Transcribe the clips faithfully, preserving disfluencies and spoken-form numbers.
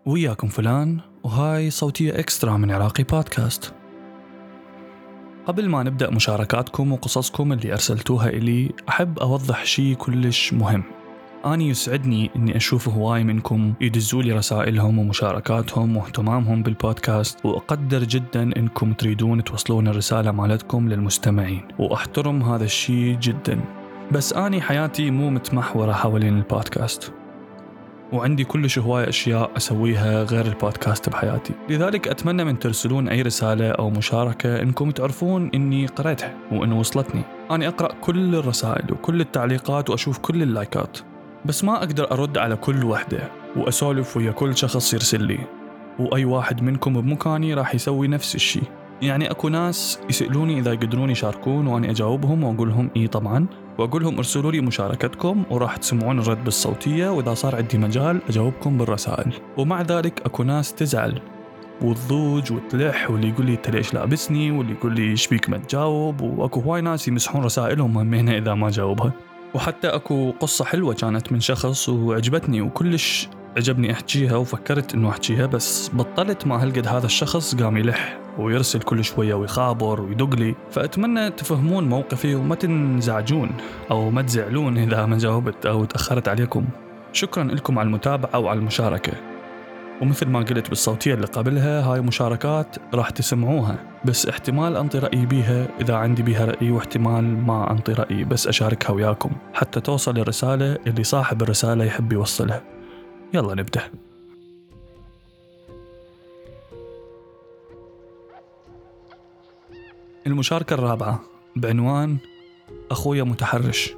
وياكم فلان، وهاي صوتية إكسترا من عراقي بودكاست. قبل ما نبدأ مشاركاتكم وقصصكم اللي أرسلتوها إلي، أحب أوضح شيء كلش مهم. أني يسعدني أني أشوف هواي منكم يدزولي رسائلهم ومشاركاتهم واهتمامهم بالبودكاست، وأقدر جدا أنكم تريدون توصلون الرسالة مالتكم للمستمعين، وأحترم هذا الشيء جدا. بس أني حياتي مو متمحورة حوالين البودكاست، وعندي كلش هواية أشياء أسويها غير البودكاست بحياتي. لذلك أتمنى من ترسلون أي رسالة أو مشاركة إنكم تعرفون إني قرأتها وإنه وصلتني. أنا أقرأ كل الرسائل وكل التعليقات وأشوف كل اللايكات، بس ما أقدر أرد على كل وحدة وأسولف ويا كل شخص يرسل لي، وأي واحد منكم بمكاني راح يسوي نفس الشيء. يعني أكو ناس يسألوني إذا يقدرون يشاركون، وأنا أجاوبهم وأقول لهم إيه طبعاً، وأقول لهم ارسلوا لي مشاركتكم وراح تسمعون الرد بالصوتية، وإذا صار عندي مجال أجاوبكم بالرسائل. ومع ذلك أكو ناس تزعل وتضوج وتلح، واللي يقول لي أنت ليش لابسني، واللي يقول لي إيش بيك ما تجاوب، وأكو هواي ناس يمسحون رسائلهم همينة إذا ما جاوبها. وحتى أكو قصة حلوة كانت من شخص وعجبتني وكلش عجبني أحكيها، وفكرت إنه أحكيها، بس بطلت ما هالقد هذا الشخص قام يلح ويرسل كل شوية ويخابر ويدق لي. فأتمنى تفهمون موقفي وما تنزعجون أو ما تزعلون إذا ما جاوبت أو تأخرت عليكم. شكرا لكم على المتابعة وعلى المشاركة. ومثل ما قلت بالصوتية اللي قبلها، هاي مشاركات راح تسمعوها، بس احتمال أنطي رأيي بيها إذا عندي بيها رأي، واحتمال ما أنطي رأيي بس أشاركها وياكم حتى توصل الرسالة اللي صاحب الرسالة يحب يوصلها. يلا نبدأ. المشاركة الرابعة بعنوان أخويا متحرش.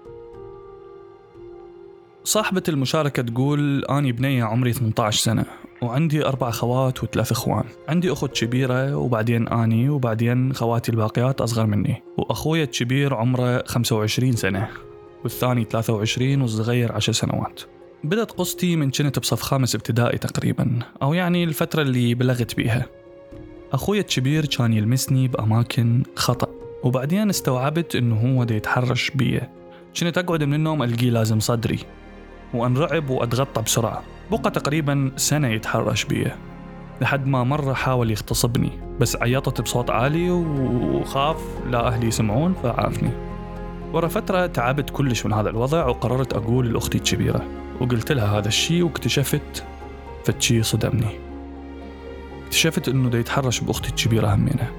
صاحبة المشاركة تقول: أني بنية عمري ثمانية عشر سنة، وعندي أربع خوات وثلاث أخوان. عندي أخت كبيرة، وبعدين أني، وبعدين خواتي الباقيات أصغر مني. وأخويا الكبير عمره خمسة وعشرين سنة، والثاني ثلاثة وعشرين، والصغير عشر سنوات. بدأت قصتي من كنت بصف خامس ابتدائي تقريبا، أو يعني الفترة اللي بلغت بيها. أخويا الكبير كان يلمسني بأماكن خطأ، وبعدين استوعبت إنه هو دا يتحرش بيه. كنت أقعد من النوم ألقيه لازم صدري، وأنرعب وأتغطى بسرعة. بقى تقريبا سنة يتحرش بيه، لحد ما مرة حاول يغتصبني، بس عيطت بصوت عالي وخاف لا أهلي يسمعون فعافني. ورا فترة تعبت كلش من هذا الوضع، وقررت أقول لأختي الكبيرة، وقلت لها هذا الشيء، واكتشفت فتشي صدمني. اكتشفت إنه دا يتحرش بأختي الكبيرة همينة.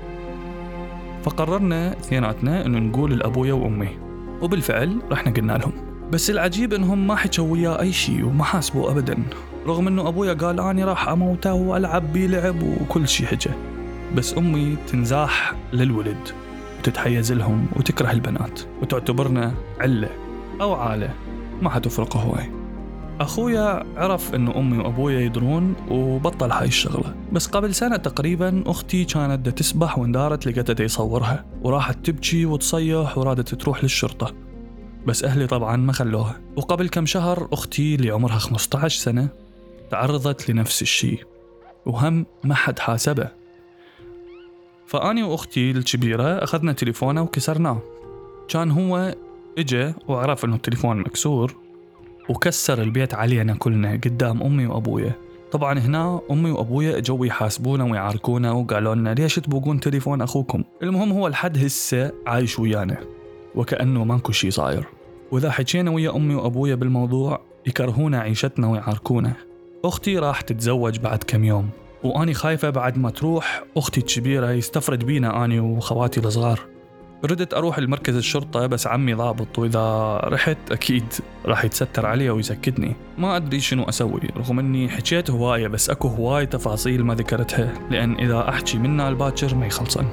فقررنا اثنيناتنا إنه نقول لأبويا وأمي، وبالفعل رحنا قلنا لهم. بس العجيب إنهم ما حكوا وياه أي شيء وما حاسبوا أبدا، رغم إنه أبويا قال أني راح أموته وألعب بيه لعب وكل شيء حجة. بس أمي تنزاح للولد وتتحيز لهم وتكره البنات وتعتبرنا علة أو عالة، ما حتفرق هواي. أخويا عرف إنه أمي وأبويا يدرون وبطل هاي الشغلة. بس قبل سنة تقريبا أختي كانت دا تسبح واندارت لقيتها دا يصورها، وراحت تبكي وتصيح ورادت تروح للشرطة، بس أهلي طبعا ما خلوها. وقبل كم شهر أختي اللي عمرها خمسة عشر سنة تعرضت لنفس الشيء، وهم ما حد حاسبه. فأني وأختي الكبيرة أخذنا تليفونه وكسرناه. كان هو إجا وعرف إنه التليفون مكسور وكسر البيت علينا كلنا قدام أمي وأبويا. طبعا هنا أمي وأبويا اجوا يحاسبونا ويعاركونا وقالوا لنا ليش تبوقون تليفون أخوكم. المهم هو لحد هسه عايش ويانا وكأنه ماكو شي صاير، وإذا حكينا ويا أمي وأبويا بالموضوع يكرهونا عيشتنا ويعاركونا. أختي راح تتزوج بعد كم يوم، وأني خايفة بعد ما تروح أختي الكبيرة يستفرد بينا أني وخواتي الصغار. ردت أروح المركز الشرطة، بس عمي ضابط، وإذا رحت أكيد راح يتستر علي ويسكتني. ما أدري شنو أسوي، رغم أني حكيت هواية، بس أكو هواي تفاصيل ما ذكرتها، لأن إذا أحكي منها الباكر ما يخلصن.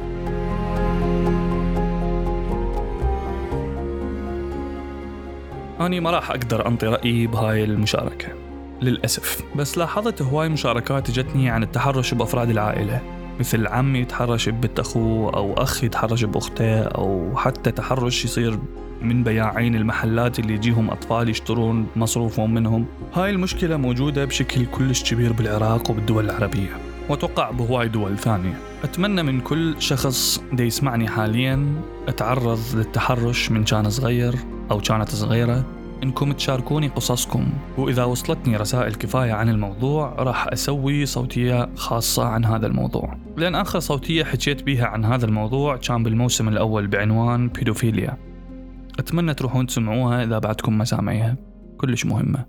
أني ما راح أقدر أنطي رأيي بهاي المشاركة للأسف، بس لاحظت هواي مشاركات جتني عن التحرش بأفراد العائلة، مثل عمي يتحرش ببنت أخوه، أو أخ يتحرش بأخته، أو حتى تحرش يصير من بياعين المحلات اللي يجيهم أطفال يشترون مصروفهم منهم. هاي المشكلة موجودة بشكل كلش كبير بالعراق وبالدول العربية، وأتوقع بهواي دول ثانية. أتمنى من كل شخص دي يسمعني حاليا اتعرض للتحرش من كان صغير أو كانت صغيرة إنكم تشاركوني قصصكم، وإذا وصلتني رسائل كفاية عن الموضوع راح أسوي صوتية خاصة عن هذا الموضوع، لأن آخر صوتية حكيت بيها عن هذا الموضوع كان بالموسم الأول بعنوان بيدوفيليا. أتمنى تروحون تسمعوها إذا بعدكم مسامعيها، كلش مهمة.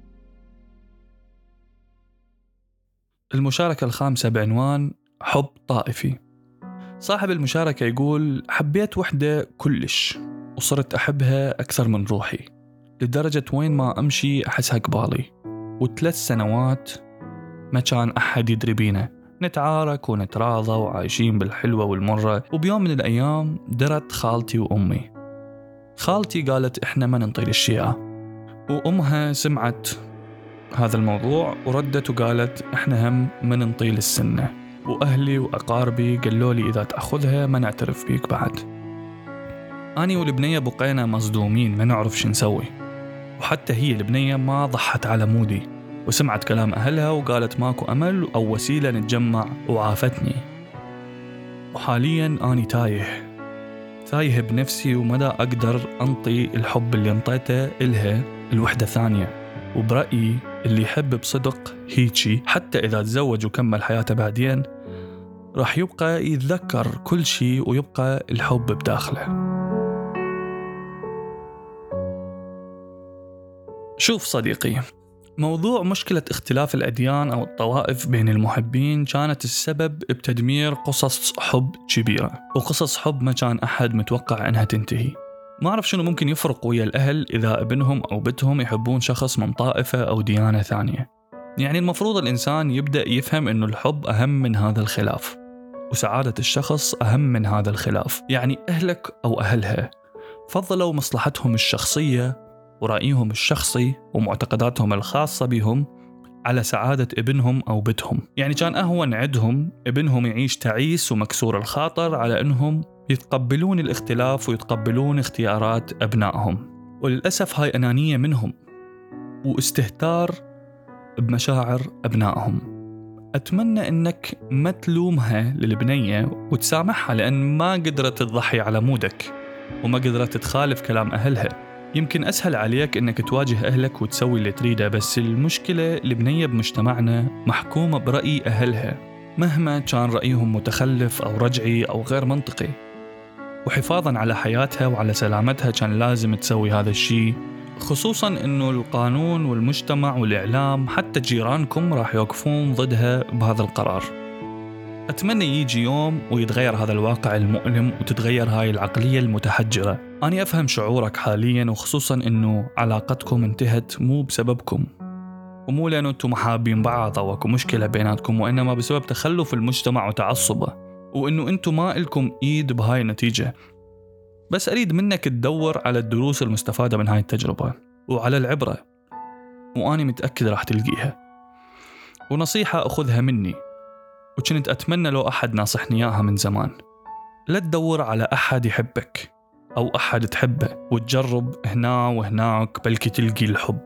المشاركة الخامسة بعنوان حب طائفي. صاحب المشاركة يقول: حبيت وحدة كلش وصرت أحبها أكثر من روحي، لدرجة وين ما أمشي أحسها قبالي، وثلاث سنوات ما كان أحد يدري بينا، نتعارك ونتراضى وعايشين بالحلوة والمرة. وبيوم من الأيام درت خالتي وأمي. خالتي قالت إحنا ما ننطي الشيعة، وأمها سمعت هذا الموضوع وردت وقالت إحنا هم ما ننطي السنة، وأهلي وأقاربي قالوا لي إذا تأخذها ما نعترف بيك بعد. أني والبنية بقينا مصدومين ما نعرف شو نسوي، وحتى هي البنية ما ضحت على مودي وسمعت كلام أهلها وقالت ماكو أمل أو وسيلة نتجمع وعافتني. وحاليا أني تايه تايه بنفسي ومدى أقدر أنطي الحب اللي انطيته إلها الوحدة ثانية. وبرأيي اللي يحب بصدق هيجي حتى إذا تزوج وكمل حياته بعدين راح يبقى يتذكر كل شيء ويبقى الحب بداخله. شوف صديقي، موضوع مشكلة اختلاف الأديان أو الطوائف بين المحبين كانت السبب بتدمير قصص حب كبيرة، وقصص حب ما كان أحد متوقع أنها تنتهي. ما أعرف شنو ممكن يفرق ويا الأهل إذا ابنهم أو بنتهم يحبون شخص من طائفة أو ديانة ثانية. يعني المفروض الإنسان يبدأ يفهم أنه الحب أهم من هذا الخلاف، وسعادة الشخص أهم من هذا الخلاف. يعني أهلك أو أهلها فضلوا مصلحتهم الشخصية ورأيهم الشخصي ومعتقداتهم الخاصة بهم على سعادة ابنهم أو بنتهم. يعني كان أهون عندهم ابنهم يعيش تعيس ومكسور الخاطر على أنهم يتقبلون الاختلاف ويتقبلون اختيارات أبنائهم. وللأسف هاي أنانية منهم واستهتار بمشاعر أبنائهم. أتمنى أنك ما تلومها للبنية وتسامحها، لأن ما قدرت تضحي على مودك وما قدرت تخالف كلام أهلها. يمكن أسهل عليك أنك تواجه أهلك وتسوي اللي تريده، بس المشكلة البنية بمجتمعنا محكومة برأي أهلها مهما كان رأيهم متخلف أو رجعي أو غير منطقي. وحفاظاً على حياتها وعلى سلامتها كان لازم تسوي هذا الشيء، خصوصاً أنه القانون والمجتمع والإعلام حتى جيرانكم راح يوقفون ضدها بهذا القرار. أتمنى يجي يوم ويتغير هذا الواقع المؤلم وتتغير هاي العقلية المتحجرة. أنا أفهم شعورك حالياً، وخصوصاً أنه علاقتكم انتهت مو بسببكم، ومو لأنه أنتم محابين بعض أو أكو مشكلة بيناتكم، وإنما بسبب تخلف المجتمع وتعصبه، وإنه أنتم ما إلكم إيد بهاي النتيجة. بس أريد منك تدور على الدروس المستفادة من هاي التجربة وعلى العبرة، وأنا متأكد راح تلقيها. ونصيحة أخذها مني وكنت أتمنى لو أحد ناصحني إياها من زمان: لا تدور على أحد يحبك أو أحد تحبه وتجرب هنا وهناك بلكي تلقي الحب.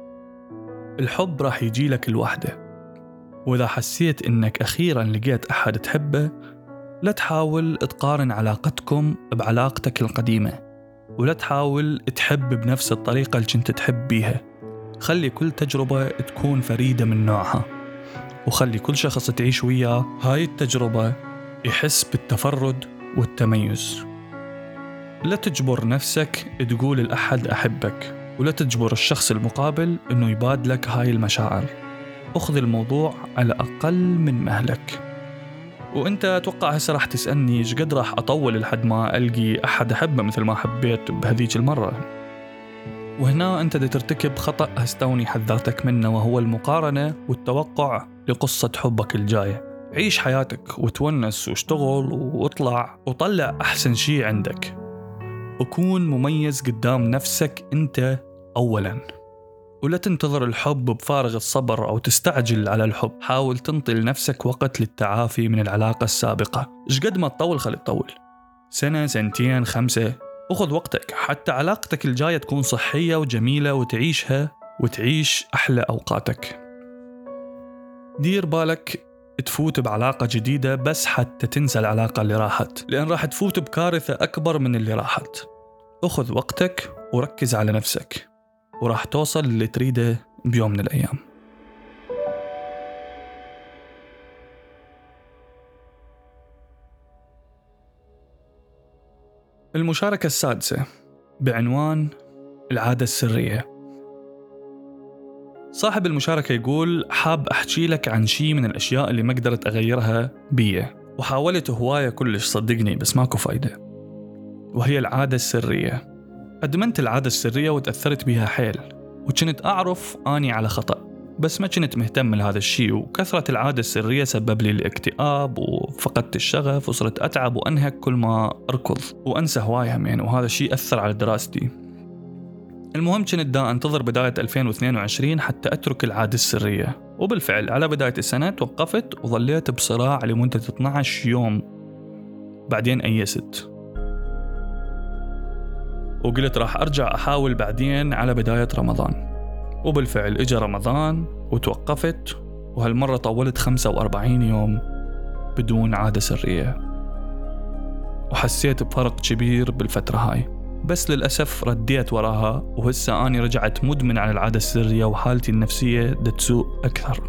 الحب راح يجي لك الوحدة. وإذا حسيت إنك أخيراً لقيت أحد تحبه، لا تحاول تقارن علاقتكم بعلاقتك القديمة، ولا تحاول تحب بنفس الطريقة اللي كنت تحب بيها. خلي كل تجربة تكون فريدة من نوعها، وخلي كل شخص تعيش وياه هاي التجربة يحس بالتفرد والتميز. لا تجبر نفسك تقول الأحد أحبك، ولا تجبر الشخص المقابل إنه يبادلك هاي المشاعر. أخذ الموضوع على أقل من مهلك. وأنت أتوقع هسه راح تسألني إيش قد راح أطول لحد ما ألقي أحد أحبه مثل ما حبيت بهذيك المرة. وهنا أنت دا ترتكب خطأ هستوني حذرتك منه، وهو المقارنة والتوقع لقصة حبك الجاية. عيش حياتك وتونس واشتغل واطلع وطلع أحسن شيء عندك، وكون مميز قدام نفسك أنت أولاً. ولا تنتظر الحب بفارغ الصبر أو تستعجل على الحب. حاول تنطي لنفسك وقت للتعافي من العلاقة السابقة. إيش قد ما تطول خلي تطول، سنة سنتين خمسة، أخذ وقتك حتى علاقتك الجاية تكون صحية وجميلة وتعيشها وتعيش أحلى أوقاتك. دير بالك تفوت بعلاقة جديدة بس حتى تنسى العلاقة اللي راحت، لأن راح تفوت بكارثة أكبر من اللي راحت. أخذ وقتك وركز على نفسك. وراح توصل اللي تريده بيوم من الأيام. المشاركة السادسة بعنوان العادة السرية. صاحب المشاركة يقول: حاب أحكي لك عن شي من الأشياء اللي ما قدرت أغيرها بيه، وحاولت هواية كلش صدقني بس ماكو فايدة، وهي العادة السرية. أدمنت العادة السرية وتأثرت بها حيل، وكنت أعرف أني على خطأ بس ما كنت مهتم لهذا الشيء، وكثرة العادة السرية سبب لي الاكتئاب وفقدت الشغف وصرت أتعب وأنهك كل ما أركض وأنسى هواية همين، وهذا الشيء أثر على دراستي. المهم كنت دا أنتظر بداية ألفين واثنين وعشرين حتى أترك العادة السرية، وبالفعل على بداية السنة توقفت وظليت بصراع لمدة اثنا عشر يوم، بعدين أيست وقلت راح أرجع أحاول بعدين على بداية رمضان. وبالفعل إجا رمضان وتوقفت، وهالمرة طولت خمسة وأربعين يوم بدون عادة سرية، وحسيت بفرق كبير بالفترة هاي. بس للأسف رديت وراها، وهسه أني رجعت مدمن على العادة السرية، وحالتي النفسية دتسوء أكثر.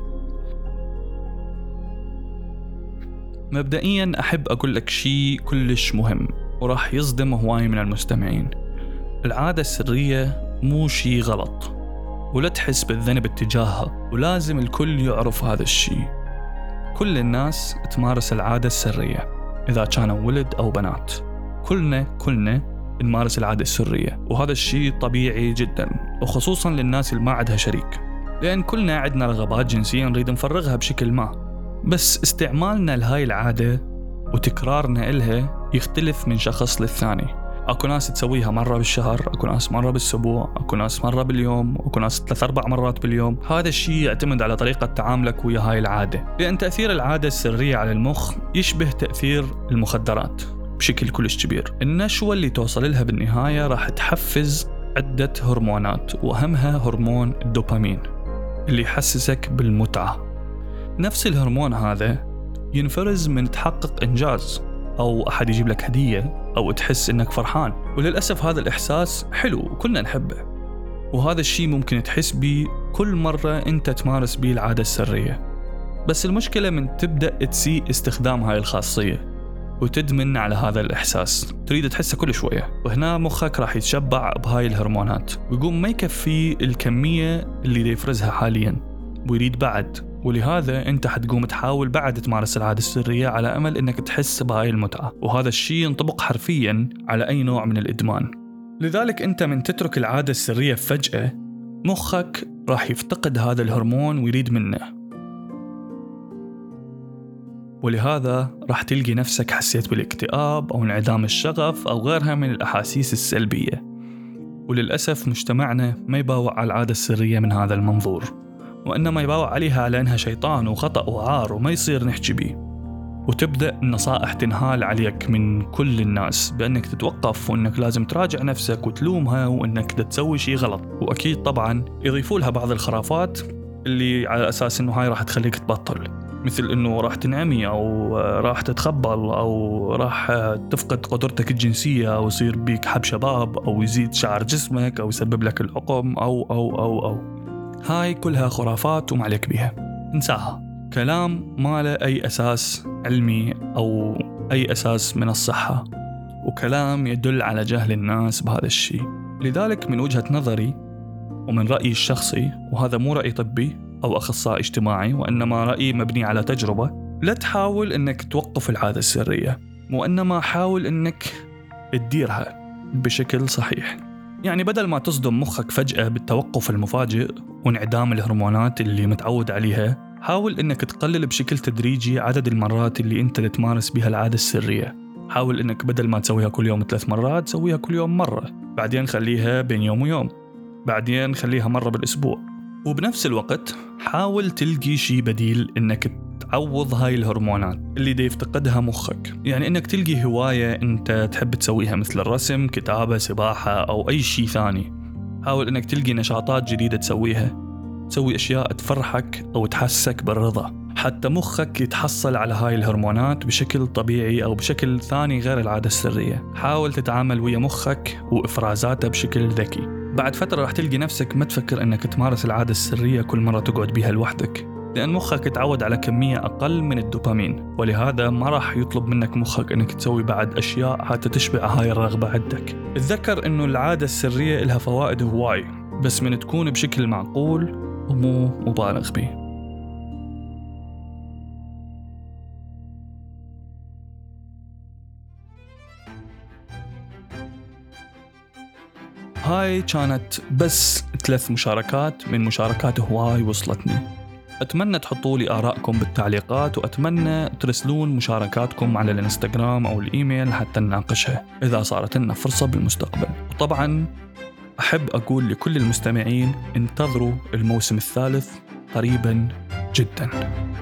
مبدئيا أحب أقول لك شي كلش مهم وراح يصدم هواي من المستمعين: العادة السرية مو شي غلط، ولا تحس بالذنب اتجاهها، ولازم الكل يعرف هذا الشي. كل الناس تمارس العادة السرية إذا كانوا ولد أو بنات، كلنا كلنا نمارس العادة السرية، وهذا الشي طبيعي جدا، وخصوصا للناس اللي ما عندها شريك، لأن كلنا عندنا رغبات جنسية نريد نفرغها بشكل ما، بس استعمالنا لهاي العادة وتكرارنا إلها يختلف من شخص للثاني. أكو ناس تسويها مرة بالشهر، أكو ناس مرة بالأسبوع، أكو ناس مرة باليوم، أكو ناس ثلاث أربع مرات باليوم. هذا الشيء يعتمد على طريقة تعاملك ويا هاي العادة، لأن تأثير العادة السرية على المخ يشبه تأثير المخدرات بشكل كلش كبير. النشوة اللي توصل لها بالنهاية راح تحفز عدة هرمونات، وأهمها هرمون الدوبامين اللي يحسسك بالمتعة. نفس الهرمون هذا ينفرز من تحقق إنجاز، أو أحد يجيب لك هدية، أو تحس إنك فرحان، وللأسف هذا الإحساس حلو وكلنا نحبه، وهذا الشيء ممكن تحس بيه كل مرة أنت تمارس بيه العادة السرية. بس المشكلة من تبدأ تسيء استخدام هاي الخاصية وتدمن على هذا الإحساس، تريد تحسه كل شوية، وهنا مخك راح يتشبع بهاي الهرمونات ويقوم ما يكفي الكمية اللي يفرزها حاليا ويريد بعد، ولهذا أنت حتقوم تحاول بعد تمارس العادة السرية على أمل أنك تحس بهاي المتعة، وهذا الشيء ينطبق حرفيا على أي نوع من الإدمان. لذلك أنت من تترك العادة السرية فجأة، مخك راح يفتقد هذا الهرمون ويريد منه، ولهذا راح تلقي نفسك حسيت بالاكتئاب أو انعدام الشغف أو غيرها من الأحاسيس السلبية. وللأسف مجتمعنا ما يباوع على العادة السرية من هذا المنظور، وإنما يباوع عليها على أنها شيطان وخطأ وعار وما يصير نحكي بيه، وتبدأ النصائح تنهال عليك من كل الناس بأنك تتوقف، وأنك لازم تراجع نفسك وتلومها، وأنك تسوي شيء غلط. وأكيد طبعا يضيفوا لها بعض الخرافات اللي على أساس أنه هاي راح تخليك تبطل، مثل أنه راح تنعمي أو راح تتخبل أو راح تفقد قدرتك الجنسية أو يصير بيك حب شباب أو يزيد شعر جسمك أو يسبب لك العقم أو أو أو أو هاي كلها خرافات وما عليك بيها، انساها. كلام ما له أي أساس علمي أو أي أساس من الصحة، وكلام يدل على جهل الناس بهذا الشيء. لذلك من وجهة نظري ومن رأيي الشخصي، وهذا مو رأي طبي أو أخصائي اجتماعي وإنما رأي مبني على تجربة، لا تحاول أنك توقف العادة السرية، وإنما حاول أنك تديرها بشكل صحيح. يعني بدل ما تصدم مخك فجأة بالتوقف المفاجئ وانعدام الهرمونات اللي متعود عليها، حاول أنك تقلل بشكل تدريجي عدد المرات اللي أنت تمارس بها العادة السرية. حاول أنك بدل ما تسويها كل يوم ثلاث مرات تسويها كل يوم مرة، بعدين خليها بين يوم ويوم، بعدين خليها مرة بالأسبوع. وبنفس الوقت حاول تلقي شيء بديل أنك تعوض هاي الهرمونات اللي دي يفتقدها مخك. يعني أنك تلقي هواية أنت تحب تسويها مثل الرسم، كتابة، سباحة أو أي شيء ثاني. حاول أنك تلقي نشاطات جديدة تسويها، تسوي أشياء تفرحك أو تحسك بالرضا، حتى مخك يتحصل على هاي الهرمونات بشكل طبيعي أو بشكل ثاني غير العادة السرية. حاول تتعامل ويا مخك وإفرازاته بشكل ذكي. بعد فترة رح تلقي نفسك ما تفكر أنك تمارس العادة السرية كل مرة تقعد بيها لوحدك، لأن مخك تعود على كمية أقل من الدوبامين، ولهذا ما راح يطلب منك مخك أنك تسوي بعد أشياء حتى تشبع هاي الرغبة عندك. اتذكر أنه العادة السرية لها فوائد هواي، بس من تكون بشكل معقول ومو مبالغ به. هاي كانت بس ثلاث مشاركات من مشاركات هواي وصلتني. أتمنى تحطوا لي آراءكم بالتعليقات، وأتمنى ترسلون مشاركاتكم على الانستغرام أو الإيميل حتى نناقشها إذا صارت لنا فرصة بالمستقبل. وطبعا أحب أقول لكل المستمعين انتظروا الموسم الثالث قريبا جدا.